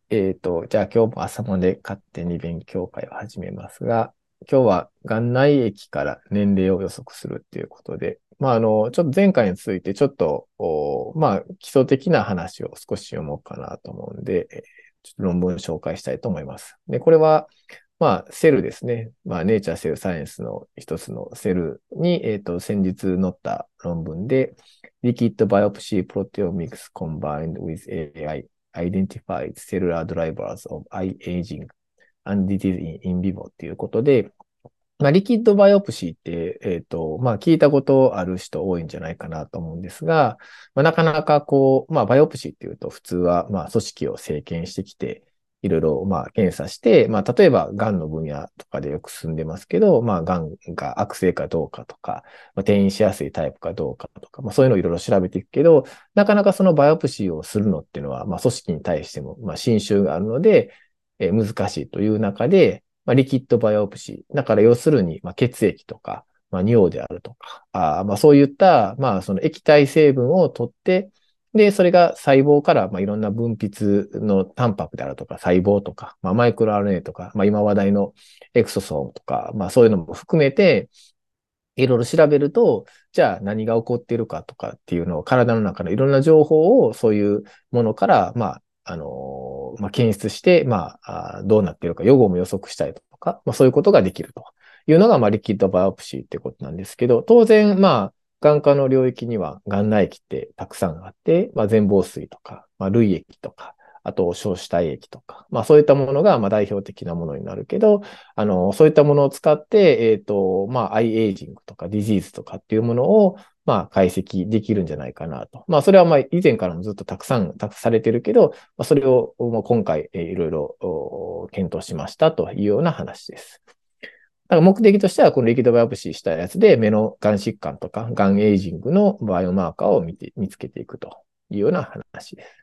じゃあ今日も朝まで勝手に勉強会を始めますが、今日は眼内液から年齢を予測するっていうことで、ちょっと前回についてちょっと、基礎的な話を少し読もうかなと思うんで、ちょっと論文を紹介したいと思います。で、これは、セルですね。ネイチャーセルサイエンスの一つのセルに、先日載った論文で、Liquid Biopsy Proteomics combined with AI identified cellular drivers of eye aging and disease in vivo っていうことで、リキッドバイオプシーって、聞いたことある人多いんじゃないかなと思うんですが、なかなかバイオプシーっていうと普通は、組織を生検してきて、いろいろ、検査して、例えば、癌の分野とかでよく進んでますけど、癌が悪性かどうかとか、転移しやすいタイプかどうかとか、そういうのをいろいろ調べていくけど、なかなかそのバイオプシーをするのっていうのは、組織に対しても、侵襲があるので、難しいという中で、リキッドバイオプシー。だから要するに、血液とか、尿であるとか、そういった、その液体成分を取って、で、それが細胞から、いろんな分泌のタンパクであるとか、細胞とか、マイクロ RNA とか、今話題のエクソソームとか、そういうのも含めて、いろいろ調べると、じゃあ何が起こっているかとかっていうのを体の中のいろんな情報をそういうものから、検出して、どうなっているか、予後も予測したりとか、そういうことができるというのが、リキッドバイオプシーってことなんですけど、当然、眼科の領域には眼内液ってたくさんあって、全房水とか、涙液とか、あと小子体液とか、そういったものが代表的なものになるけど、そういったものを使って、アイエイジングとかディジーズとかっていうものを、解析できるんじゃないかなと。それは以前からもずっとたくさんされてるけど、それを今回、いろいろ検討しましたというような話です。だから目的としては、このリキッドバイオプシーしたやつで、目の眼疾患とか、眼エイジングのバイオマーカーを見つけていくというような話です。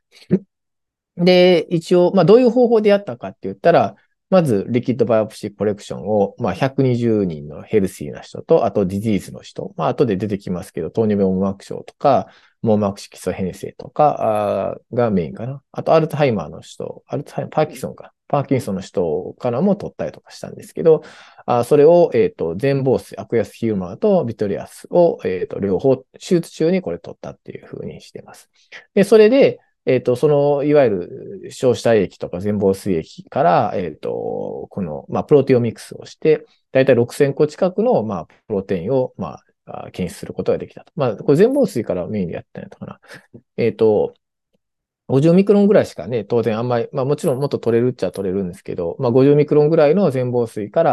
で、一応、どういう方法でやったかって言ったら、まず、リキッドバイオプシーコレクションを、120人のヘルシーな人と、あと、ディジーズの人、後で出てきますけど、糖尿病網膜症とか、網膜色素変性とかがメインかな。あと、アルツハイマーの人、パーキンソンか。パーキンソンの人からも取ったりとかしたんですけど、それを、全房水、アクエスヒューマーとビトリアスを、両方、手術中にこれ取ったっていう風にしてます。で、それで、いわゆる小子体液とか全房水液から、この、プロテオミクスをして、だいたい6000個近くの、プロテインを、検出することができたと。これ全房水からメインでやったんやったかな。50ミクロンぐらいしかね、当然あんまり、もちろんもっと取れるっちゃ取れるんですけど、50ミクロンぐらいの全房水から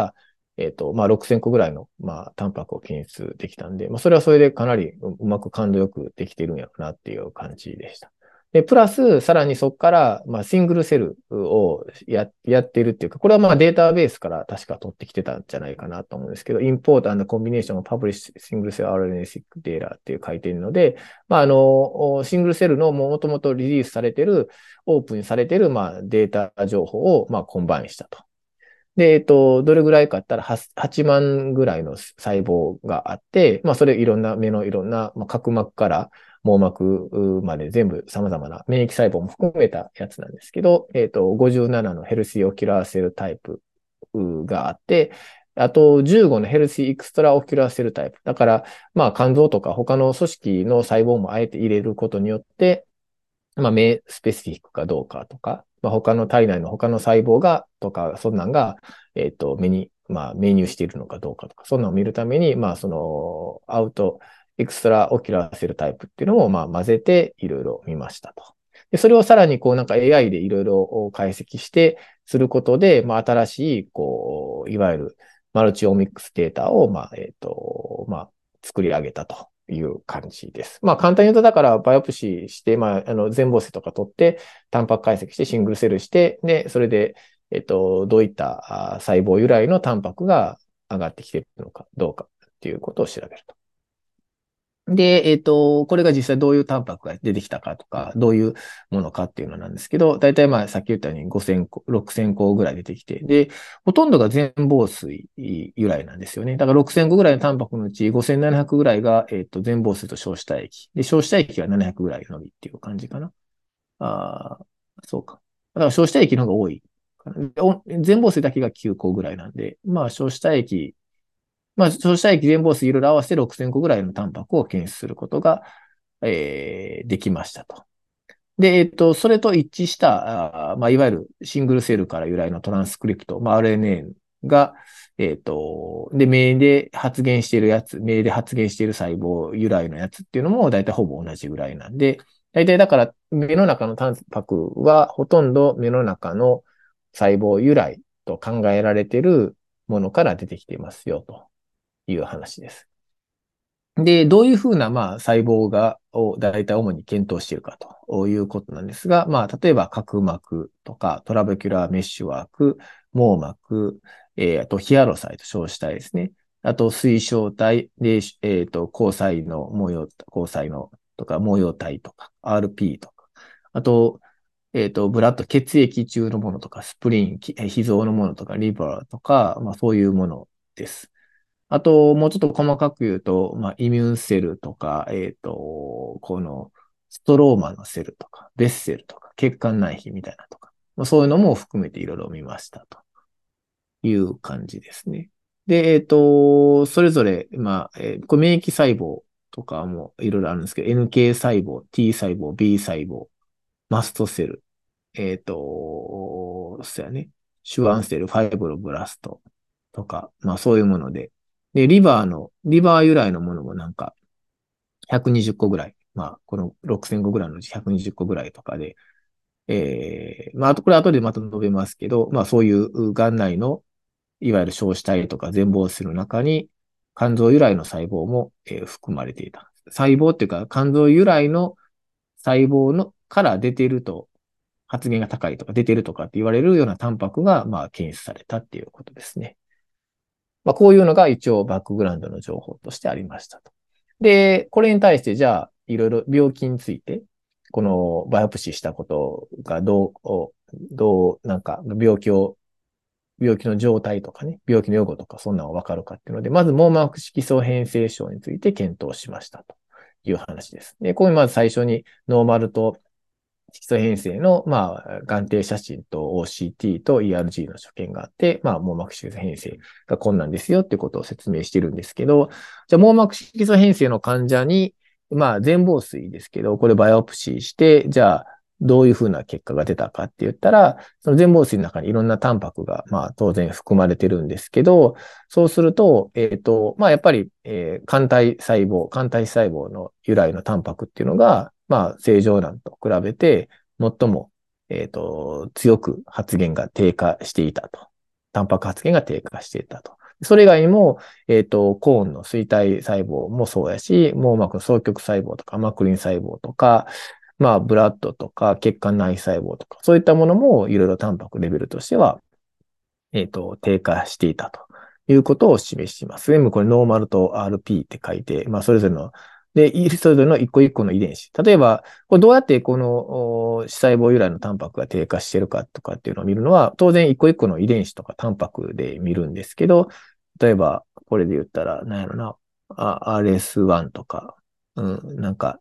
、6000個ぐらいの、タンパクを検出できたんで、それはそれでかなりうまく感度よくできてるんやろなっていう感じでした。で、プラス、さらにそこから、シングルセルをやっているっていうか、これはデータベースから確か取ってきてたんじゃないかなと思うんですけど、Import and Combination of Published Single Cell RNA-seq Data っていう書いているので、シングルセルのもともとリリースされている、オープンにされている、データ情報を、コンバインしたと。で、どれぐらいかって言ったら8万ぐらいの細胞があって、それいろんな目のいろんな、角膜から網膜まで全部様々な免疫細胞も含めたやつなんですけど、57のヘルシーオキュラーセルタイプがあって、あと15のヘルシーエクストラオキュラーセルタイプ。だから、肝臓とか他の組織の細胞もあえて入れることによって、目スペシフィックかどうかとか、他の体内の他の細胞が、とか、そんなんが、目に、命入しているのかどうかとか、そんなのを見るために、その、アウト、エクストラオキュラーセルタイプっていうのも、混ぜていろいろ見ましたと。で、それをさらに、AI でいろいろ解析してすることで、新しい、いわゆるマルチオミックスデータを、作り上げたという感じです。簡単に言うと、だから、バイオプシーして、全房子とか取って、タンパク解析して、シングルセルして、で、それで、どういった細胞由来のタンパクが上がってきているのかどうかっていうことを調べると。で、これが実際どういうタンパクが出てきたかとか、どういうものかっていうのなんですけど、大体さっき言ったように5000個、6000個ぐらい出てきて、で、ほとんどが全房水由来なんですよね。だから6000個ぐらいのタンパクのうち5700ぐらいが、全房水と小子体液。で、小子体液が700ぐらいのみっていう感じかな。ああ、そうか。 だから消費体液の方が多い。全紡数だけが9個ぐらいなんで、まあ消費体液、まあ消費体液全紡数いろいろ合わせて6000個ぐらいのタンパクを検出することが、できましたと。で、それと一致した、まあ、いわゆるシングルセルから由来のトランスクリプト、まあ、RNA が、で、目で発現しているやつ、目で発現している細胞由来のやつっていうのも大体ほぼ同じぐらいなんで、大体だから目の中のタンパクはほとんど目の中の細胞由来と考えられているものから出てきていますよという話です。で、どういうふうな、まあ、細胞を大体主に検討しているかということなんですが、まあ、例えば角膜とかトラベキュラーメッシュワーク、網膜、あとヒアロサイト、小子体ですね。あと水晶体で、虹彩の模様、虹彩のとか模様体とか、RP とか、あと、ブラッド、血液中のものとか、スプリン、脾臓のものとか、リバーとか、まあそういうものです。あと、もうちょっと細かく言うと、まあ、イミュンセルとか、この、ストローマのセルとか、ベッセルとか、血管内皮みたいなとか、まあ、そういうのも含めていろいろ見ましたという感じですね。で、それぞれ、まあ、これ免疫細胞とかもいろいろあるんですけど、NK 細胞、T 細胞、B 細胞、マストセル、そうやね、シュワンセル、ファイブロブラストとか、まあそういうもので、で、リバー由来のものもなんか120個ぐらい。まあ、この6000個ぐらいのうち120個ぐらいとかで、まあ、あと、これ後でまた述べますけど、まあそういう癌内の、いわゆる小子体とか全貌数の中に、肝臓由来の細胞も、含まれていた。細胞っていうか、肝臓由来の細胞のから出ていると、発現が高いとか出ているとかって言われるようなタンパクが、まあ、検出されたっていうことですね。まあ、こういうのが一応バックグラウンドの情報としてありましたと。で、これに対してじゃあ、いろいろ病気について、このバイオプシーしたことがなんか病気の状態とかね、病気の予後とかそんなのがわかるかっていうので、まず網膜色素変性症について検討しましたという話です。で、ここにまず最初にノーマルと色素変性の、まあ、眼底写真と OCT と ERG の所見があって、まあ、網膜色素変性がこんなんですよっていうことを説明してるんですけど、じゃあ網膜色素変性の患者に、まあ、全紡錘ですけど、これバイオプシーして、じゃあ、どういうふうな結果が出たかって言ったら、その全紡錘の中にいろんなタンパクが、まあ、当然含まれてるんですけど、そうすると、まあ、やっぱり、肝体細胞の由来のタンパクっていうのが、まあ、正常なのと比べて、最も、強く発現が低下していたと。タンパク発現が低下していたと。それ以外にも、コーンの錐体細胞もそうやし、網膜の双極細胞とか、マクリン細胞とか、まあ、ブラッドとか、血管内細胞とか、そういったものもいろいろタンパクレベルとしては、低下していたということを示しています。全部これノーマルと RP って書いて、まあ、それぞれの、で、それぞれの一個一個の遺伝子。例えば、これどうやってこの視細胞由来のタンパクが低下しているかとかっていうのを見るのは、当然一個一個の遺伝子とかタンパクで見るんですけど、例えば、これで言ったら、なんやろな、RS1 とか、なんか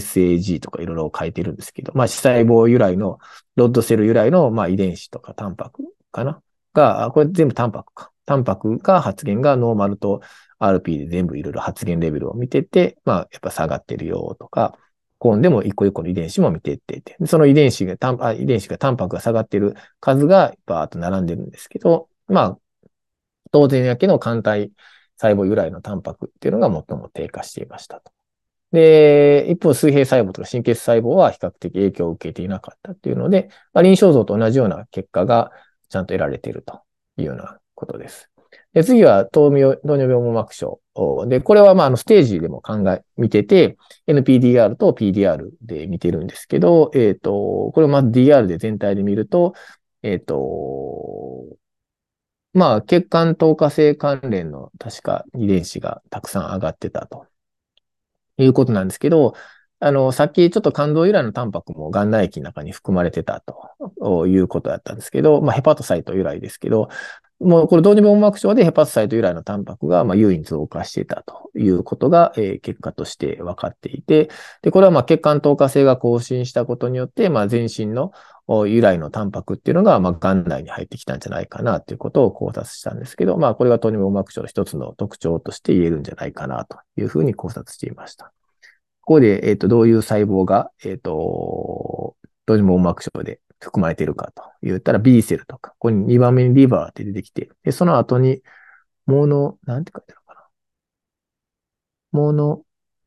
SAG とかいろいろ書いてるんですけど、まあ、視細胞由来の、ロッドセル由来の、まあ、遺伝子とかタンパクかな。これ全部タンパクか。タンパクが発現がノーマルと RP で全部いろいろ発現レベルを見てて、まあ、やっぱ下がってるよとか、コーンでも一個一個の遺伝子も見てってて、その遺伝子がタンパクが下がってる数がバーっと並んでるんですけど、まあ、当然やけの肝体細胞由来のタンパクっていうのが最も低下していましたと。で、一方、水平細胞とか神経質細胞は比較的影響を受けていなかったっていうので、まあ、臨床像と同じような結果がちゃんと得られているというようなことです。で、次は糖尿病網膜症。で、これはまあ、ステージでも見てて、NPDR と PDR で見てるんですけど、これをまず DR で全体で見ると、まあ、血管透過性関連の確か遺伝子がたくさん上がってたということなんですけど、さっきちょっと肝臓由来のタンパクも癌内液の中に含まれてたということだったんですけど、まあ、ヘパトサイト由来ですけど、もうこれ導入病網膜症でヘパトサイト由来のタンパクがまあ優位に増加していたということが、結果として分かっていて、で、これはまあ血管透過性が更新したことによって、まあ全身の由来のタンパクっていうのが、まあ、元来に入ってきたんじゃないかなということを考察したんですけど、まあ、これが糖尿病膜症の一つの特徴として言えるんじゃないかなというふうに考察していました。ここで、どういう細胞が、糖尿病膜症で含まれているかと言ったら B セルとか、ここに2番目にリバーって出てきて、で、その後に、なんて書いてあるかな。モノ、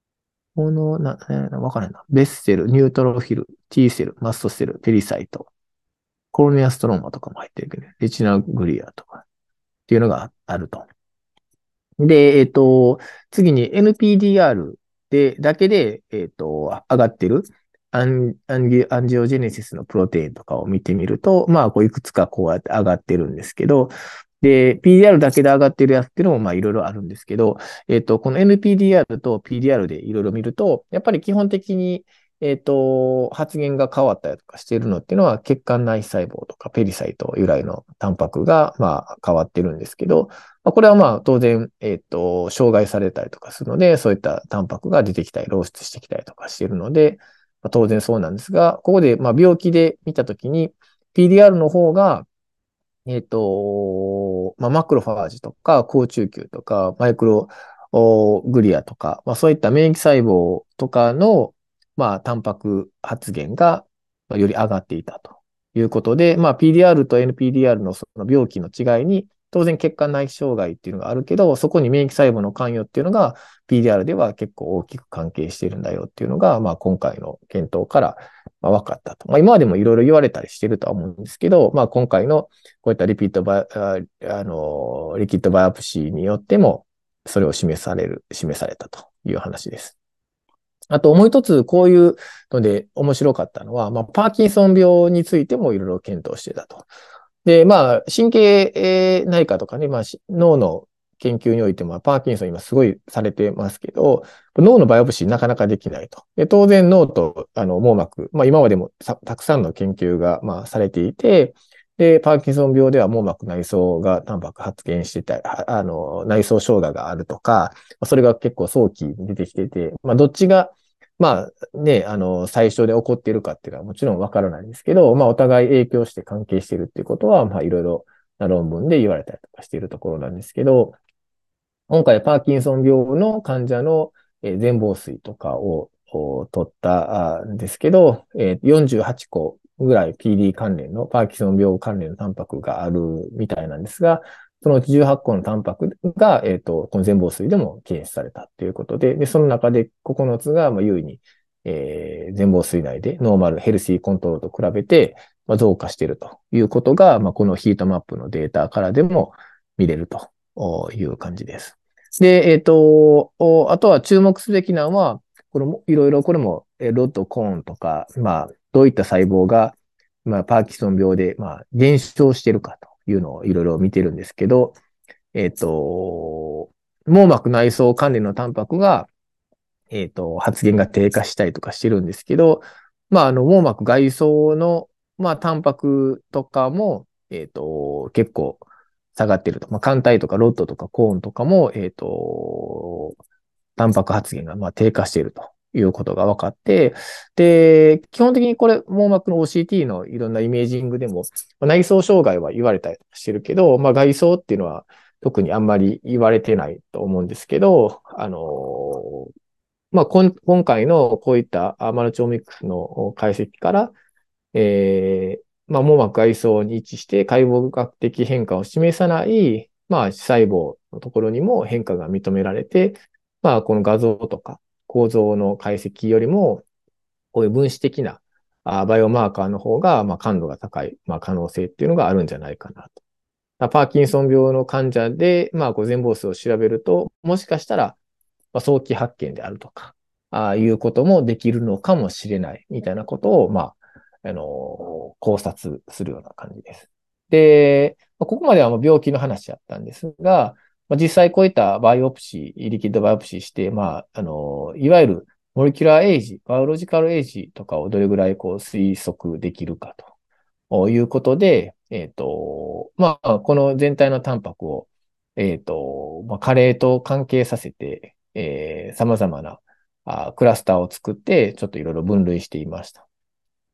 わからないな。ベッセル、ニュートロフィル、T セル、マストセル、ペリサイト、コロネアストローマとかも入ってるけどね、レチナグリアとかっていうのがあると。で、次に NPDR だけで、上がってるアンジオジェネシスのプロテインとかを見てみると、まあ、こういくつかこうやって上がってるんですけど、で、PDR だけで上がってるやつっていうのも、まあ、いろいろあるんですけど、この NPDR と PDR でいろいろ見ると、やっぱり基本的に、発現が変わったりとかしているのっていうのは、血管内細胞とかペリサイト由来のタンパクが、まあ、変わってるんですけど、まあ、これはまあ、当然、障害されたりとかするので、そういったタンパクが出てきたり、漏出してきたりとかしているので、まあ、当然そうなんですが、ここで、まあ、病気で見たときに、PDR の方が、まあ、マクロファージとか、好中球とか、マイクログリアとか、まあ、そういった免疫細胞とかの、まあ、タンパク発現がより上がっていたということで、まあ、PDR と NPDR のその病気の違いに、当然血管内障害っていうのがあるけど、そこに免疫細胞の関与っていうのが PDR では結構大きく関係しているんだよっていうのが、まあ、今回の検討から分かったと。まあ、今までもいろいろ言われたりしてるとは思うんですけど、まあ、今回のこういったリキッドバイオプシーによっても、それを示されたという話です。あともう一つ、こういうので面白かったのは、まあ、パーキンソン病についてもいろいろ検討してたと。で、まあ、神経内科とかね、まあ、脳の研究においても、パーキンソン今すごいされてますけど、脳のバイオプシーなかなかできないと。で、当然脳と網膜、まあ今までもたくさんの研究がまあされていて、で、パーキンソン病では網膜内層がタンパク発現してたり、内層障害があるとか、それが結構早期に出てきてて、まあどっちがまあね、最初で起こっているかっていうのはもちろんわからないんですけど、まあお互い影響して関係しているっていうことは、まあいろいろな論文で言われたりとかしているところなんですけど、今回パーキンソン病の患者の全房水とかを取ったんですけど、48個ぐらい PD 関連の、パーキンソン病関連のタンパクがあるみたいなんですが、そのうち18個のタンパクが、この全房水でも検出されたということで、その中で9つが、優位に、全房水内でノーマルヘルシーコントロールと比べて、増加しているということが、このヒートマップのデータからでも見れるという感じです。で、あとは注目すべきなのは、これも、いろいろこれも、ロッドコーンとか、まあ、どういった細胞が、まあ、パーキンソン病で、まあ、減少しているかというのをいろいろ見てるんですけど、網膜内層関連のタンパクが、発現が低下したりとかしてるんですけど、まあ、網膜外層の、まあ、タンパクとかも、結構下がってると。まあ、肝体とかロッドとかコーンとかも、タンパク発現が、まあ、低下しているということが分かって、で、基本的にこれ、網膜の OCT のいろんなイメージングでも、内層障害は言われたりしてるけど、まあ、外層っていうのは特にあんまり言われてないと思うんですけど、まあ、今回のこういったマルチオミックスの解析から、まあ、網膜外層に位置して解剖学的変化を示さない、まあ、細胞のところにも変化が認められて、まあ、この画像とか構造の解析よりも、こういう分子的なバイオマーカーの方が、まあ、感度が高い、まあ、可能性っていうのがあるんじゃないかなと。パーキンソン病の患者で、まあ、こう全貌数を調べると、もしかしたら、まあ、早期発見であるとか、いうこともできるのかもしれない、みたいなことを、まあ、考察するような感じです。で、ここまではもう病気の話だったんですが、まあ、実際こういったバイオプシー、リキッドバイオプシーして、まあ、いわゆるモレキュラーエイジ、バイオロジカルエイジとかをどれぐらいこう推測できるかということで、まあ、この全体のタンパクを、まあ、加齢と関係させて、様々なクラスターを作って、ちょっといろいろ分類していました。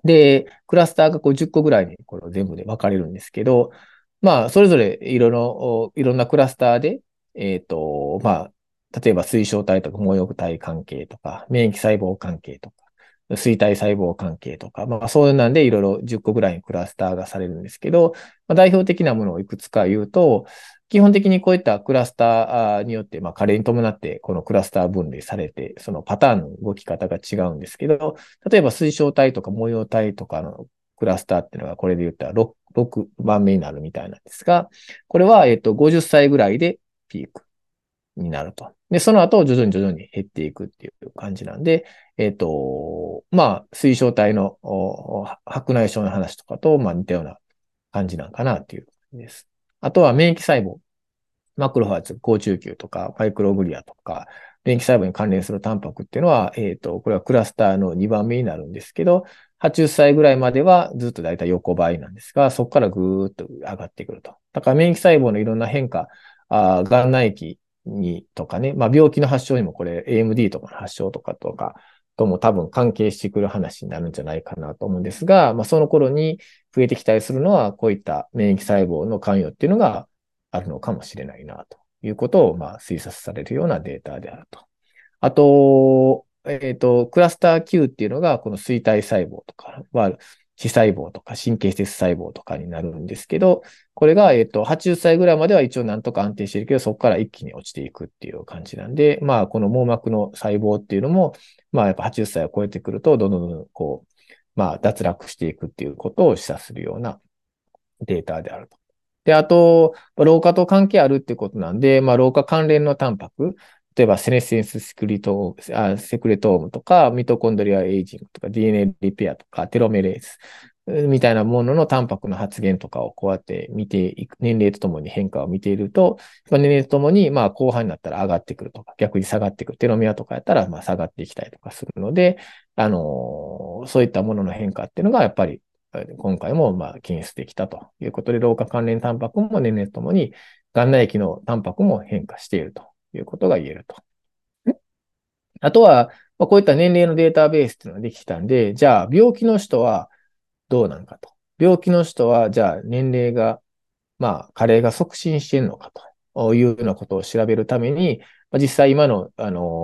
で、クラスターがこう10個ぐらいにこれ全部で分かれるんですけど、まあ、それぞれいろんなクラスターで、まあ、例えば水晶体とか毛葉体関係とか、免疫細胞関係とか、錐体細胞関係とか、まあそうなんでいろいろ10個ぐらいにクラスターがされるんですけど、まあ、代表的なものをいくつか言うと、基本的にこういったクラスターによって、まあ加齢に伴ってこのクラスター分類されて、そのパターンの動き方が違うんですけど、例えば水晶体とか模様体とかのクラスターっていうのがこれで言ったら6番目になるみたいなんですが、これは50歳ぐらいでピークになると。で、その後、徐々に減っていくっていう感じなんで、まあ、水晶体の白内障の話とかと、まあ、似たような感じなんかなっていう感じです。あとは免疫細胞。マクロファージ、好中球とか、マイクログリアとか、免疫細胞に関連するタンパクっていうのは、これはクラスターの2番目になるんですけど、80歳ぐらいまではずっとだいたい横ばいなんですが、そこからぐーっと上がってくると。だから免疫細胞のいろんな変化、がん内液にとかね、まあ病気の発症にもこれ AMD とかの発症とかとも多分関係してくる話になるんじゃないかなと思うんですが、まあその頃に増えてきたりするのは、こういった免疫細胞の関与っていうのがあるのかもしれないなということを、まあ推察されるようなデータであると。あと、クラスター Q っていうのが、この錐体細胞とかは、視細胞とか神経節細胞とかになるんですけど、これが、80歳ぐらいまでは一応なんとか安定してるけど、そこから一気に落ちていくっていう感じなんで、まあ、この網膜の細胞っていうのも、まあ、やっぱ80歳を超えてくると、どんどんこう、まあ、脱落していくっていうことを示唆するようなデータであると。で、あと、老化と関係あるっていうことなんで、まあ、老化関連のタンパク、例えばセネセンスセクレトームとか、ミトコンドリアエイジングとか、DNA リペアとか、テロメレースみたいなもののタンパクの発現とかをこうやって見ていく、年齢とともに変化を見ていると、年齢とともに、まあ、後半になったら上がってくるとか、逆に下がってくる。テロメアとかやったら、まあ、下がっていきたりとかするので、そういったものの変化っていうのが、やっぱり今回もまあ検出できたということで、老化関連タンパクも年齢ともに、眼内液のタンパクも変化しているということが言えると。あとは、まあ、こういった年齢のデータベースっていうのができたんで、じゃあ病気の人はどうなのかと。病気の人は、じゃあ年齢が、まあ、加齢が促進しているのかというようなことを調べるために、まあ、実際今の、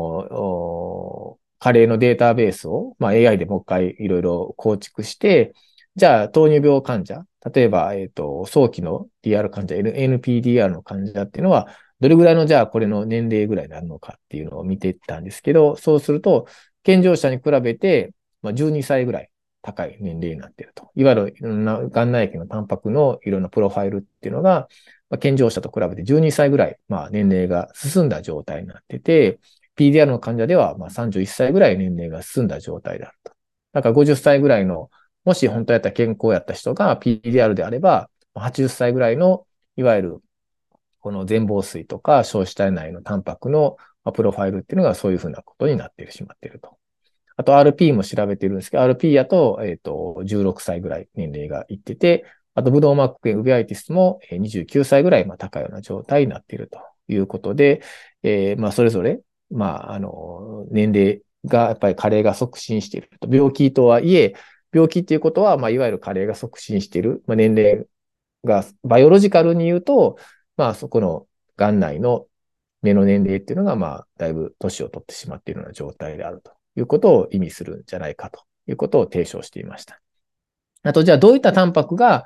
加齢のデータベースを、まあ、AI でもう一回いろいろ構築して、じゃあ糖尿病患者、例えば、早期の DR 患者、NPDR の患者っていうのは、どれぐらいの、じゃあこれの年齢ぐらいになるのかっていうのを見ていったんですけど、そうすると、健常者に比べて、まあ、12歳ぐらい高い年齢になっていると。いわゆるいろんな眼内液のタンパクのいろんなプロファイルっていうのが、まあ、健常者と比べて12歳ぐらい、まあ、年齢が進んだ状態になってて、PDR の患者ではまあ31歳ぐらい年齢が進んだ状態であると。だから50歳ぐらいの、もし本当やったら健康やった人が PDR であれば、80歳ぐらいの、いわゆるこの全房水とか小子体内のタンパクのプロファイルっていうのがそういうふうなことになってしまっていると。あと RP も調べてるんですけど、RP やと、16歳ぐらい年齢がいってて、あと、ブドウ膜炎、ウビアイティスも29歳ぐらい高いような状態になっているということで、まあ、それぞれ、まあ、年齢がやっぱり加齢が促進していると。病気とはいえ、病気っていうことは、まあ、いわゆる加齢が促進している、まあ、年齢が、バイオロジカルに言うと、まあ、そこの癌内の目の年齢っていうのが、まあ、だいぶ年を取ってしまっているような状態であるということを意味するんじゃないかということを提唱していました。あと、じゃあどういったタンパクが、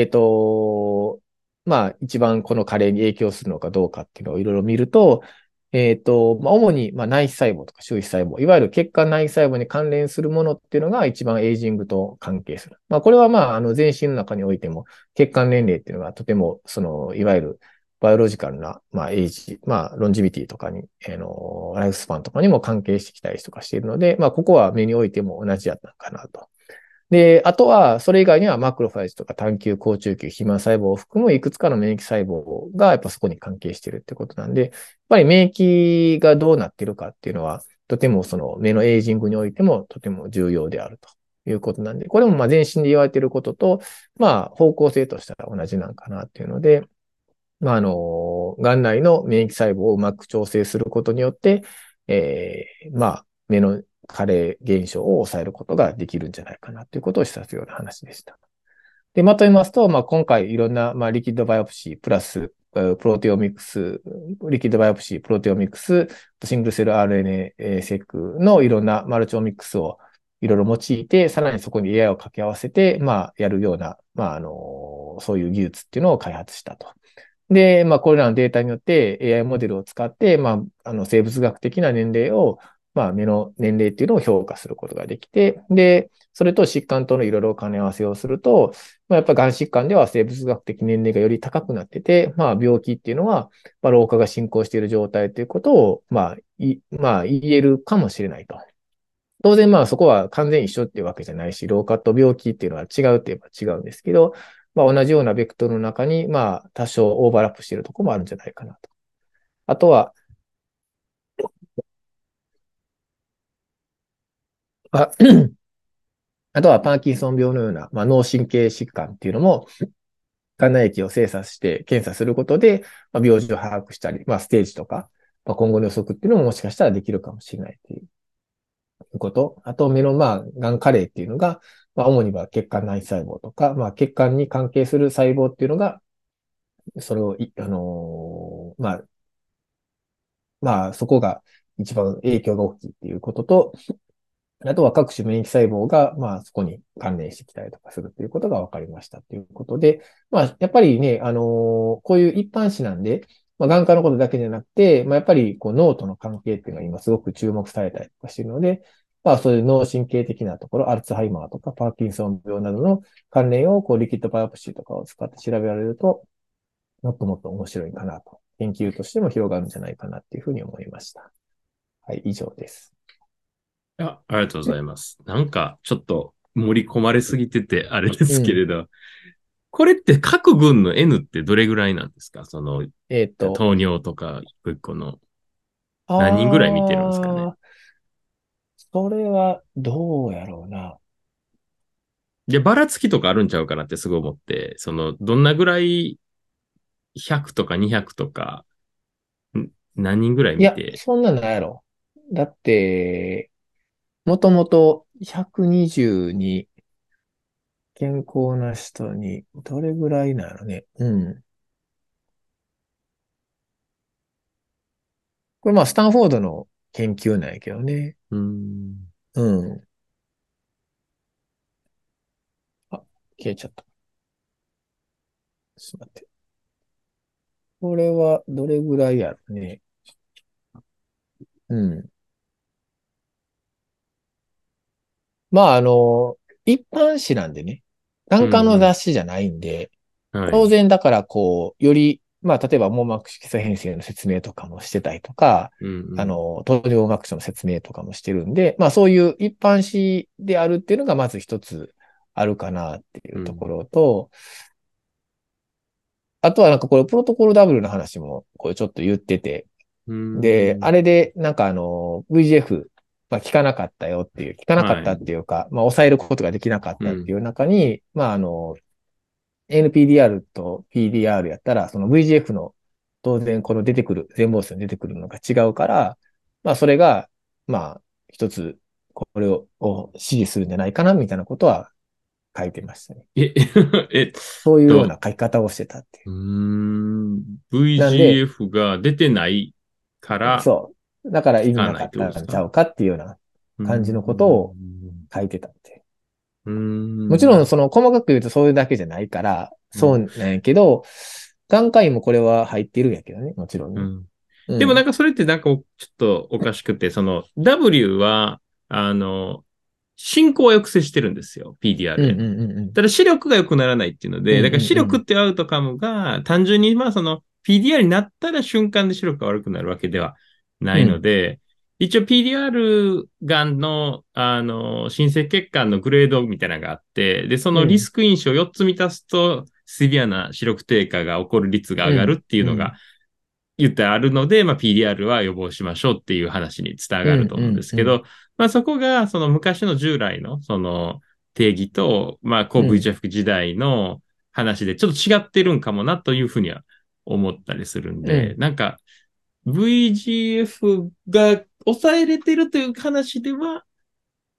まあ、一番この加齢に影響するのかどうかっていうのをいろいろ見ると、まあ、主に、まあ、内皮細胞とか周皮細胞、いわゆる血管内皮細胞に関連するものっていうのが一番エイジングと関係する。まあ、これはまあ、全身の中においても、血管年齢っていうのがとても、いわゆるバイオロジカルな、まあ、エイジ、まあ、ロンジビティとかに、ライフスパンとかにも関係してきたりとかしているので、まあ、ここは目においても同じやったのかなと。で、あとは、それ以外にはマクロファイジとか単球、好中球、肥満細胞を含むいくつかの免疫細胞がやっぱそこに関係しているってことなんで、やっぱり免疫がどうなっているかっていうのは、とてもその目のエイジングにおいてもとても重要であるということなんで、これもまあ全身で言われていることと、まあ方向性としては同じなんかなっていうので、まあ眼内の免疫細胞をうまく調整することによって、まあ目の加齢現象を抑えることができるんじゃないかなということを示唆するような話でした。で、まとめますと、今回いろんな、リキッドバイオプシープラス、プロテオミクス、リキッドバイオプシー、プロテオミクス、シングルセル RNA セックのいろんなマルチオミクスをいろいろ用いて、さらにそこに AI を掛け合わせて、やるような、そういう技術っていうのを開発したと。で、これらのデータによって AI モデルを使って、生物学的な年齢を、目の年齢っていうのを評価することができて、で、それと疾患とのいろいろ兼ね合わせをすると、やっぱりがん疾患では生物学的年齢がより高くなってて、病気っていうのは、老化が進行している状態ということを、言えるかもしれないと。当然そこは完全一緒っていうわけじゃないし、老化と病気っていうのは違うって言えば違うんですけど、同じようなベクトルの中に、多少オーバーラップしているところもあるんじゃないかなと。あとは、ああとはパーキンソン病のような、脳神経疾患っていうのも、眼内液を精査して検査することで、病状を把握したり、ステージとか、今後の予測っていうのももしかしたらできるかもしれないっていうこと。あと、目の、がん加齢っていうのが、主には血管内細胞とか、血管に関係する細胞っていうのが、それをそこが一番影響が大きいっていうことと、あとは各種免疫細胞が、そこに関連してきたりとかするということが分かりましたということで、やっぱりね、こういう一般誌なんで、眼科のことだけじゃなくて、やっぱりこう脳との関係っていうのは今すごく注目されたりとかしているので、そういう脳神経的なところ、アルツハイマーとかパーキンソン病などの関連をこうリキッドバイオプシーとかを使って調べられると、もっともっと面白いかなと、研究としても広がるんじゃないかなっていうふうに思いました。はい、以上です。 ありがとうございます。なんか、ちょっと盛り込まれすぎてて、あれでうん。 すけれど、これって各群の N ってどれぐらいなんですか？ えっと、 糖尿とか一個一個の何人ぐらい見てるんですかね？ ああ、それはどうやろうな。 で、ばらつきとかあるんちゃうかなってすごい思って、どんなぐらい100とか200とか、何人ぐらいいや、 見て、 そんなのないやろ。だって、もともと122健康な人に、どれぐらいなのね。うん。これスタンフォードの研究なんやけどね。 うーん、 うん。あ、消えちゃった。ちょっと待って。これはどれぐらいやろね。うん。一般誌なんでね。 う眼科のん、 雑誌じゃないんで、当はい、 然だからこう、より、例えば網膜色素変性の説明とかもしてたりとか、 うん、 糖尿学書の説明とかもしてるんで、そういう一般紙であるっていうのがまず一つあるかなっていうん、 うところと、あとはこれプロトコル W の話もこれちょっと言ってて、 うで、 ん、 あれでVGF、効かなかったよっていう、効かなかったはい、 っていうか、抑えることができなかっうん、 たっていう中に、NPDR と PDR やったら、その VGF の当然この出てくる、全貌数に出てくるのが違うから、それが、一つ、これを支持するんじゃないかな、みたいなことは書いてましたね。 え、えっそういうようと、 な書き方をしてたっていなんで、 VGF が出てないからそう。だから意味な効かないっかったんちゃてことですか？ うかっていうようなうー感じのことをん。 書いてたって。 うーもちろん、 ん。 その細かく言うとそういうだけじゃないから、 うん。 そうなんやけど、眼科医もこれは入っているんやけどね、もちろんね。 うん。でもなんうん。 かそれってなんかちょっとおかしくて、W は、進行は抑制してるんですよ。PDR への。 うんうんうんうん。 ただ視力が良くならないっていうので、 うんだから視うんうん。 力っていうアウトカムが単純にPDR になったら瞬間で視力が悪くなるわけではないのうん。 で、一応 PDR がんの、新生血管のグレードみたいなのがあって、で、そのリうん。 スク因子を4つ満たすと、シビアな視力低下が起こる率が上がるっていうのがうん。 言ってあるので、PDR は予防しましょうっていう話に伝うん。 わると思うんでうん。うん。 すけど、そこがその昔の従来のその定義と、抗うん。 VGF 時代の話でちょっと違ってるんかもなというふうには思ったりするんで、 うん。 なんか VGF が抑えれてるという話では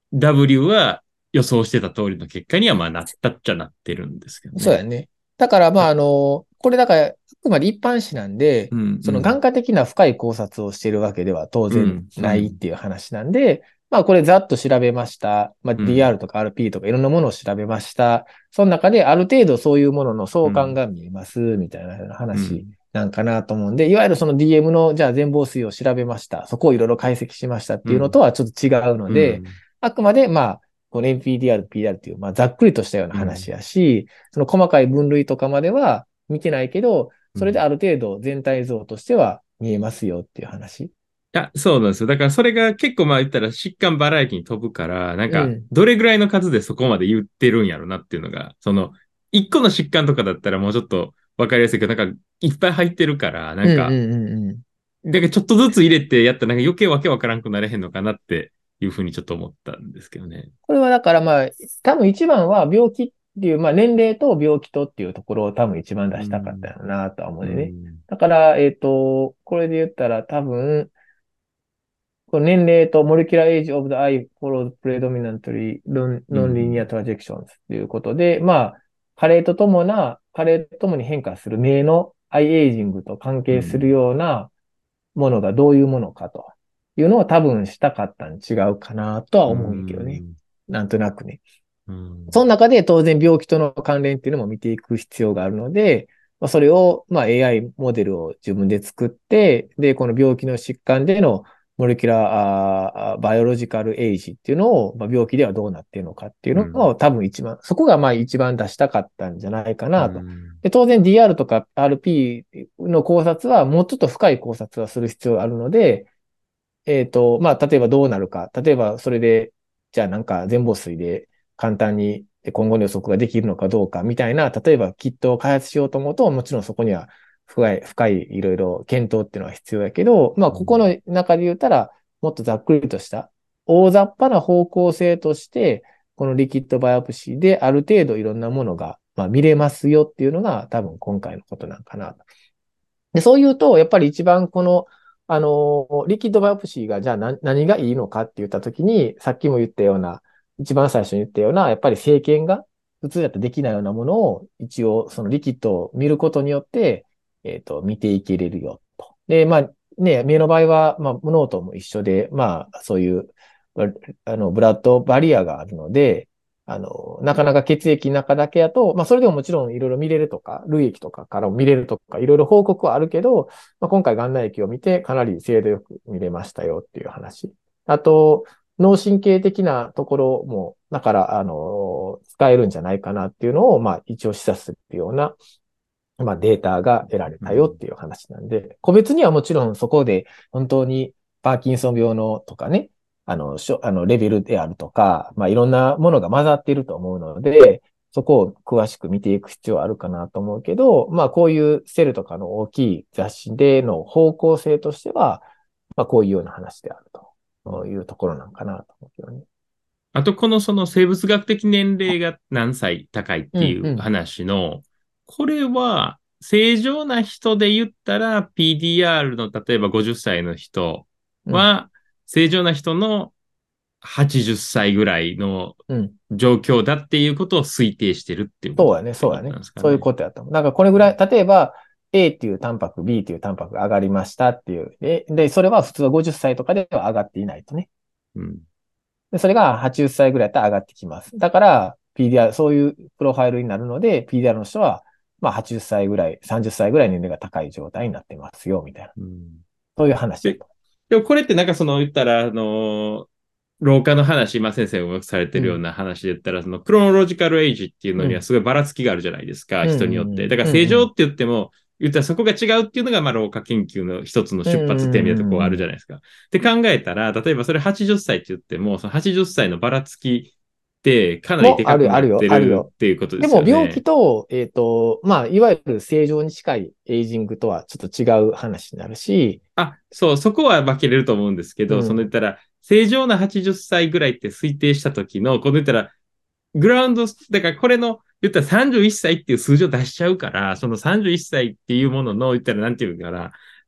W は予想してた通りの結果にはまあなったっちゃなってるんですけどね。 そうやね。だから、まあ、これだから、あくまで一般紙なんで、 うん、 その眼科的な深い考察をしているわけでは当然うん、うん、 ないっていう話なんで、まあ、これざっと調べました。まあ、 うん、 DR とか RP とかいろんなものを調べました。その中である程度そういうものの相関うん、 が見えます、みたいな話うん、 なんかなと思うんで、いわゆるその DM の、じゃあ全貌数を調べました。そこをいろいろ解析しましたっていうのとうん、 はちょっと違うので、 うん、 あくまで、まあ、この NPDR、PDR っていう、まあ、ざっくりとしたようなうん、 話やし、その細かい分類とかまでは見てないけど、 うん。 それである程度全体像としては見えますよっていう話。 そうなんですよ。だからそれが結構まあ言ったら疾患バラエティに飛ぶから、なんかうん。 どれぐらいの数でそこまで言ってるんやろなっていうのが、その一個の疾患とかだったらもうちょっとわかりやすいけど、なんかいっぱい入ってるから、なうんんか、 うんうんうん。 だからちょっとずつ入れてやったらなんか余計わけわからんくなれへんのかなっていうふうにちょっと思ったんですけどね。 これはだからまあ、多分一番は病気っていう、まあ年齢と病気とっていうところを多分一番出したかったうん。 よなとは思ううんでね。 ん。 だから、これで言ったら多分、この年齢と molecular age of the eye follows predominantly うん。 non-linear trajections ということで、まあ、加齢とともに変化する目のアイエイジングと関係するうん。 ようなものがどういうものかというのを多分したかったに違うかなとはう思うんだけどね。 ん。 なんとなくね。 うん。 その中で当然病気との関連っていうのも見ていく必要があるので、まあ、それを、まあ、AI モデルを自分で作って、で、この病気の疾患でのモレキュラーバイオロジカルエイジっていうのを、まあ、病気ではどうなっているのかっていううん。 のを多分一番、そこがまあ一番出したかったんじゃないかうなと。 ん。 で、当然 DR とか RP の考察はもうちょっと深い考察はする必要があるので、まあ、例えばどうなるか。例えばそれで、じゃあなんか全紡水で簡単に今後の予測ができるのかどうかみたいな、例えばキットを開発しようと思うと、もちろんそこには深いいろいろ検討っていうのは必要やけど、まあ、ここの中で言ったら、もっとざっくりとした大雑把な方向性として、このリキッドバイオプシーである程度いろんなものが、まあ、見れますよっていうのが多分今回のことなんかなと。で、そう言うと、やっぱり一番この、リキッドバイオプシーがじゃあ何がいいのかって言ったときに、さっきも言ったような、一番最初に言ったような、やっぱり生検が普通だとできないようなものを、一応そのリキッドを見ることによって、見ていけれるよと。で、まあね、目の場合は、まあ、ノートも一緒で、まあ、そういう、ブラッドバリアがあるので、なかなか血液の中だけやと、まあ、それでももちろんいろいろ見れるとか、涙液とかからも見れるとか、いろいろ報告はあるけど、まあ、今回眼内液を見てかなり精度よく見れましたよっていう話。あと、脳神経的なところも、だから、使えるんじゃないかなっていうのを、まあ、一応示唆するような、まあ、データが得られたよっていう話なんで、個別にはもちろんそこで本当にパーキンソン病のとかね、レベルであるとか、まあ、いろんなものが混ざっていると思うので、そこを詳しく見ていく必要はあるかなと思うけど、まあ、こういうセルとかの大きい雑誌での方向性としては、まあ、こういうような話であるというところなんかなと思うけどね。 あと、このその生物学的年齢が何歳高いってうん、 いううん、 話の、これは正常な人で言ったら PDR の例えば50歳の人うん、 は正常な人の80歳ぐらいのうん。 状況だっていうことを推定してるっていうことっそうやね、 てことなそうやね。そういうんですかね。 ことやと思う。なんかこれぐらい、例えば A っていうタンパク、B っていうタンパクが上がりましたっていう。で、それは普通は50歳とかでは上がっていないとね。 うん。 で、それが80歳ぐらいだったら上がってきます。だから、PDR、そういうプロファイルになるので、PDR の人は、まあ80歳ぐらい、30歳ぐらい年齢が高い状態になってますよ、みたいな。 うん。 そういう話だで、 と。 でもこれってなんかその言ったら、老化の話、今先生がよくされてうん。 るような話で言ったら、そのクロノロジカルエイジっていうのにはうん。 すごいばらつきがあるじゃないですか、 うん。 人によって。 うん。 だからうん。うん。 正常って言っても、言ったらそこが違うっていうのが、まあ、老化研究の一つのうん。 出発点みたいなところがあうん。うん。 るじゃないですか。って考えたら、例えばそれ80歳っさいって言っても、その80歳のばらつきってかなりでもある、 かくなっあるよ、 てるあるよ。 っていうことででも、病気すよね。 と、まあ、いわゆる正常に近いエイジングとはちょっと違う話になるし、 そう、そこは分けれると思うんですけど、その言っうん、 たら、正常な80歳ぐらいって推定した時の、この言ったら、グラウンド、だからこれの、言ったら31歳っていう数字を出しちゃうから、その31歳っていうものの、言ったらなんていうかな、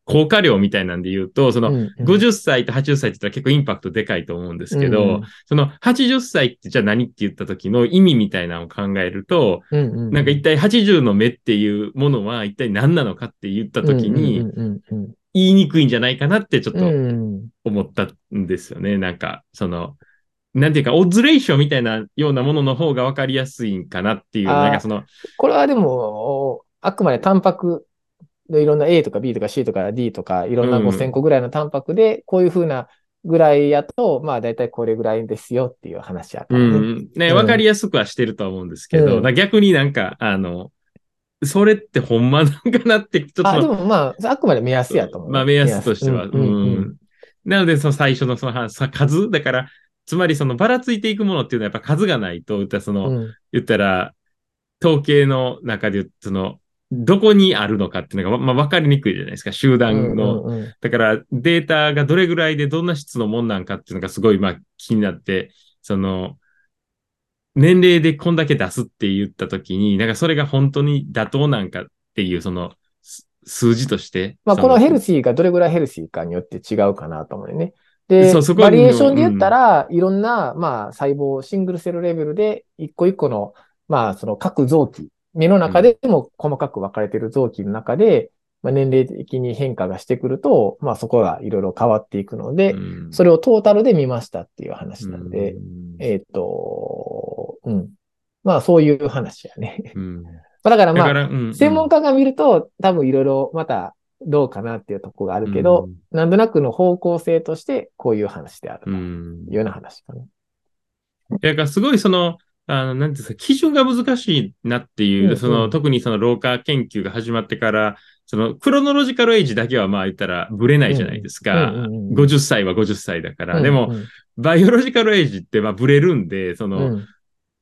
効果量みたいなんで言うと、そのうんうん。 50歳と80歳って言ったら結構インパクトでかいと思うんですうけど、 んその80歳ってじゃあ何って言った時の意味みたいなのを考えると、 うんうんうん。 なんか一体80の目っていうものは一体何なのかって言ったうん時にうんうんうんうん。 言いにくいんじゃないかなってちょっうとん。 思ったんですよね。なんか、その、なんていうか、オッズレーションみたいなようなものの方が分かりやすいんかなっていう、なんかああ、 その、 これはでも、あくまでタンパクでいろんな A とか B とか C とか D とかいろうんな5000 ん、 個ぐらいのタンパクで、こういうふうなぐらいやと、まあ大体これぐらいですよっていう話やうからね。 ん、ね、 うん。 分かりやすくはしてるとは思うんですうけど、 ん。 逆になんか、それってほんまなんかなって、ちょっとそあ、での、 もまあ、あくまで目安やと思うまあ、 よ。 目目安。 安としては、 うん、うん、うん。 なので、その最初のその数だから、つまりそのばらついていくものっていうのはやっぱ数がないと、 うん、 言ったら、統計の中で言うと、その、どこにあるのかっていうのが、まあ、分かりにくいじゃないですか、集うん、う団の。 ん、うん。 だからデータがどれぐらいでどんな質のもんなんかっていうのがすごい、まあ、気になって、その、年齢でこんだけ出すって言ったときに、なんかそれが本当に妥当なんかっていう、その、数字として、 まあ、このヘルシーがどれぐらいヘルシーかによって違うかなと思うよね。 そう、 で、 そこバリエーショの、 ンで言ったら、いろんな、まあ、細胞、シングルセルレベルで、一個一個の、まあ、その各臓器、目の中うん、 でも細かく分かれている臓器の中で、まあ、年齢的に変化がしてくると、まあ、そこがいろいろ変わっていくのうで、そん、 れをトータルで見ましたっていうう話なんで、 ん、 うん。まあ、そういう話やね。 うん。 まあだからまあ、 だから、うん、うん、 専門家が見ると多分いろいろまたどうかなっていうところがあるうけど、 ん、 なんとなくの方向性としてこういう話であるうというようん。 な話かな。 だからすごいその、なんていうんですか、基準が難しいなっていう、その、 うんうん。 特にその老化研究が始まってから、その、クロノロジカルエイジだけはまあ言ったらブレないじゃないでうんうん。 すか。 うんうんうん。 50歳は50歳だから。でも、 うんうん。 バイオロジカルエイジってまあブレるんで、その、 うん。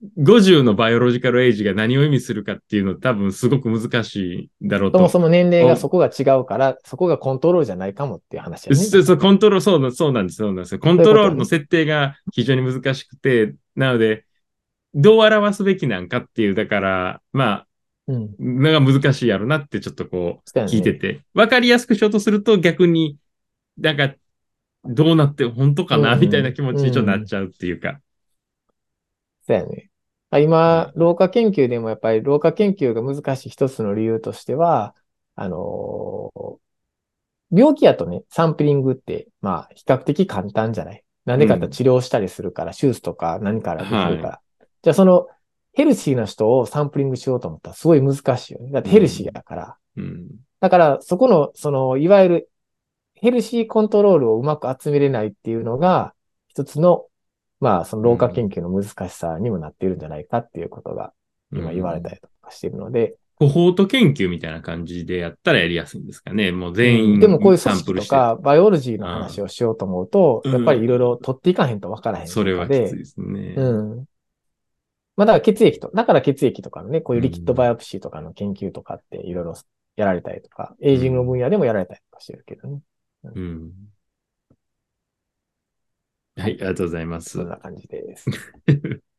50のバイオロジカルエイジが何を意味するかっていうの多分すごく難しいだろうと。 そもそも年齢がおそこが違うから、そこがコントロールじゃないかもっていう話やね。だからね。 コントロール、そうなんです、そうなんですよ。コントそういうことやね。 ロールの設定が非常に難しくて、なので、どう表すべきなんかっていう、だから、まあ、 うん。 のが難しいやろなってちょっとこうそうやね。 聞いてて、わかりやすくしようとすると逆になんかどうなって本当かうなみたいんな気持うん。 ちにちょっとなうん。 っちゃうっていうか。 そうやね。今、 ね、 老化研究でもやっぱり老化研究が難しい一つの理由としては、あのー病気やとね、サンプリングって、まあ、比較的簡単じゃない。なんでかってうん。 治療したりするから、手術とか何からできるはい。 から。じゃあ、その、ヘルシーな人をサンプリングしようと思ったらすごい難しいよね。だってヘルシーうん。 やから。 うん。 だから、そこの、その、いわゆるヘルシーコントロールをうまく集めれないっていうのが、一つの、まあ、その老化研うん。 究の難しさにもなっているんじゃないかっていうことがう今言われたん。 りとかしているので、 コホート研究みたいな感じでやったらやりやすいんですかね。もうう全ん、でもこう員サンプいう組織ルして。 とかバイオロジーのああ。 話をしようと思うと、 うやっぱりいろいろん。 取っていかへんとわからへんそれ中で、 はきついですね。 うん。まあだから血液と、だから血液とかのね、こういううリキッドバイん。 オプシーとかの研究とかっていろいろやられたりとか、エイジングの分うん。 野でもやられたりとかしてるけどね。うん、 うん。はい、あはい。 りがとうございます。 そんな感じです。